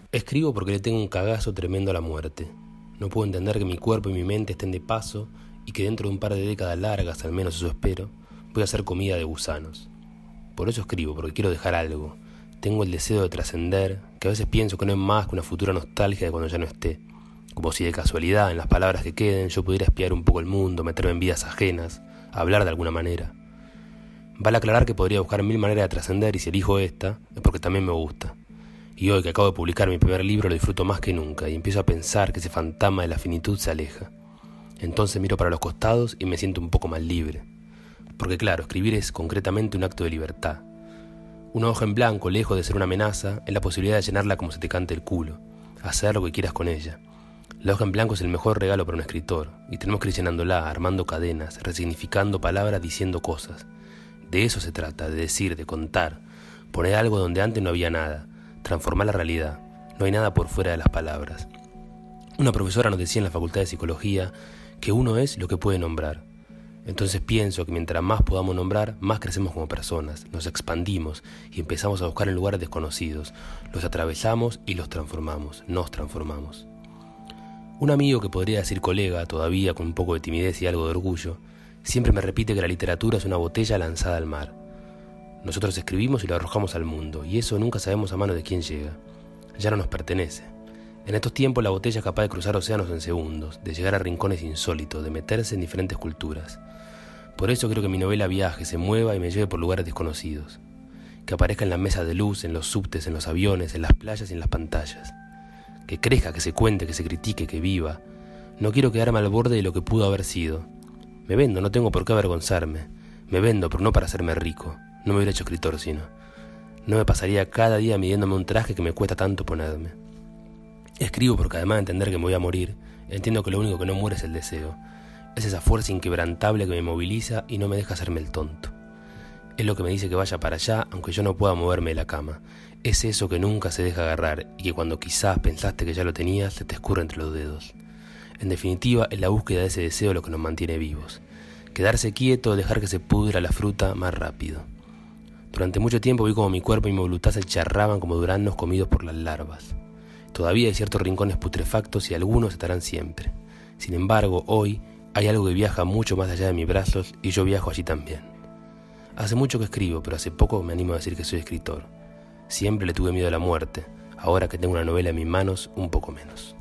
Escribo porque le tengo un cagazo tremendo a la muerte. No puedo entender que mi cuerpo y mi mente estén de paso y que dentro de un par de décadas largas, al menos eso espero, voy a ser comida de gusanos. Por eso escribo, porque quiero dejar algo. Tengo el deseo de trascender, que a veces pienso que no es más que una futura nostalgia de cuando ya no esté. Como si de casualidad, en las palabras que queden, yo pudiera espiar un poco el mundo, meterme en vidas ajenas, hablar de alguna manera. Vale aclarar que podría buscar mil maneras de trascender y si elijo esta, es porque también me gusta. Y hoy que acabo de publicar mi primer libro lo disfruto más que nunca y empiezo a pensar que ese fantasma de la finitud se aleja. Entonces miro para los costados y me siento un poco más libre. Porque claro, escribir es concretamente un acto de libertad. Una hoja en blanco, lejos de ser una amenaza, es la posibilidad de llenarla como se te cante el culo, hacer lo que quieras con ella. La hoja en blanco es el mejor regalo para un escritor y tenemos que ir llenándola, armando cadenas, resignificando palabras, diciendo cosas. De eso se trata, de decir, de contar, poner algo donde antes no había nada, transformar la realidad. No hay nada por fuera de las palabras. Una profesora nos decía en la Facultad de Psicología que uno es lo que puede nombrar. Entonces pienso que mientras más podamos nombrar, más crecemos como personas, nos expandimos y empezamos a buscar en lugares desconocidos. Los atravesamos y los transformamos, nos transformamos. Un amigo que podría decir colega, todavía con un poco de timidez y algo de orgullo, siempre me repite que la literatura es una botella lanzada al mar. Nosotros escribimos y lo arrojamos al mundo, y eso nunca sabemos a mano de quién llega. Ya no nos pertenece. En estos tiempos la botella es capaz de cruzar océanos en segundos, de llegar a rincones insólitos, de meterse en diferentes culturas. Por eso quiero que mi novela viaje, se mueva y me lleve por lugares desconocidos. Que aparezca en las mesas de luz, en los subtes, en los aviones, en las playas y en las pantallas. Que crezca, que se cuente, que se critique, que viva. No quiero quedarme al borde de lo que pudo haber sido. Me vendo, no tengo por qué avergonzarme. Me vendo, pero no para hacerme rico. No me hubiera hecho escritor, sino. No me pasaría cada día midiéndome un traje que me cuesta tanto ponerme. Escribo porque además de entender que me voy a morir, entiendo que lo único que no muere es el deseo. Es esa fuerza inquebrantable que me moviliza y no me deja hacerme el tonto. Es lo que me dice que vaya para allá aunque yo no pueda moverme de la cama. Es eso que nunca se deja agarrar y que cuando quizás pensaste que ya lo tenías, se te escurre entre los dedos. En definitiva, es la búsqueda de ese deseo lo que nos mantiene vivos. Quedarse quieto o dejar que se pudra la fruta más rápido. Durante mucho tiempo vi como mi cuerpo y mi voluntad se charraban como duraznos comidos por las larvas. Todavía hay ciertos rincones putrefactos y algunos estarán siempre. Sin embargo, hoy hay algo que viaja mucho más allá de mis brazos y yo viajo allí también. Hace mucho que escribo, pero hace poco me animo a decir que soy escritor. Siempre le tuve miedo a la muerte. Ahora que tengo una novela en mis manos, un poco menos.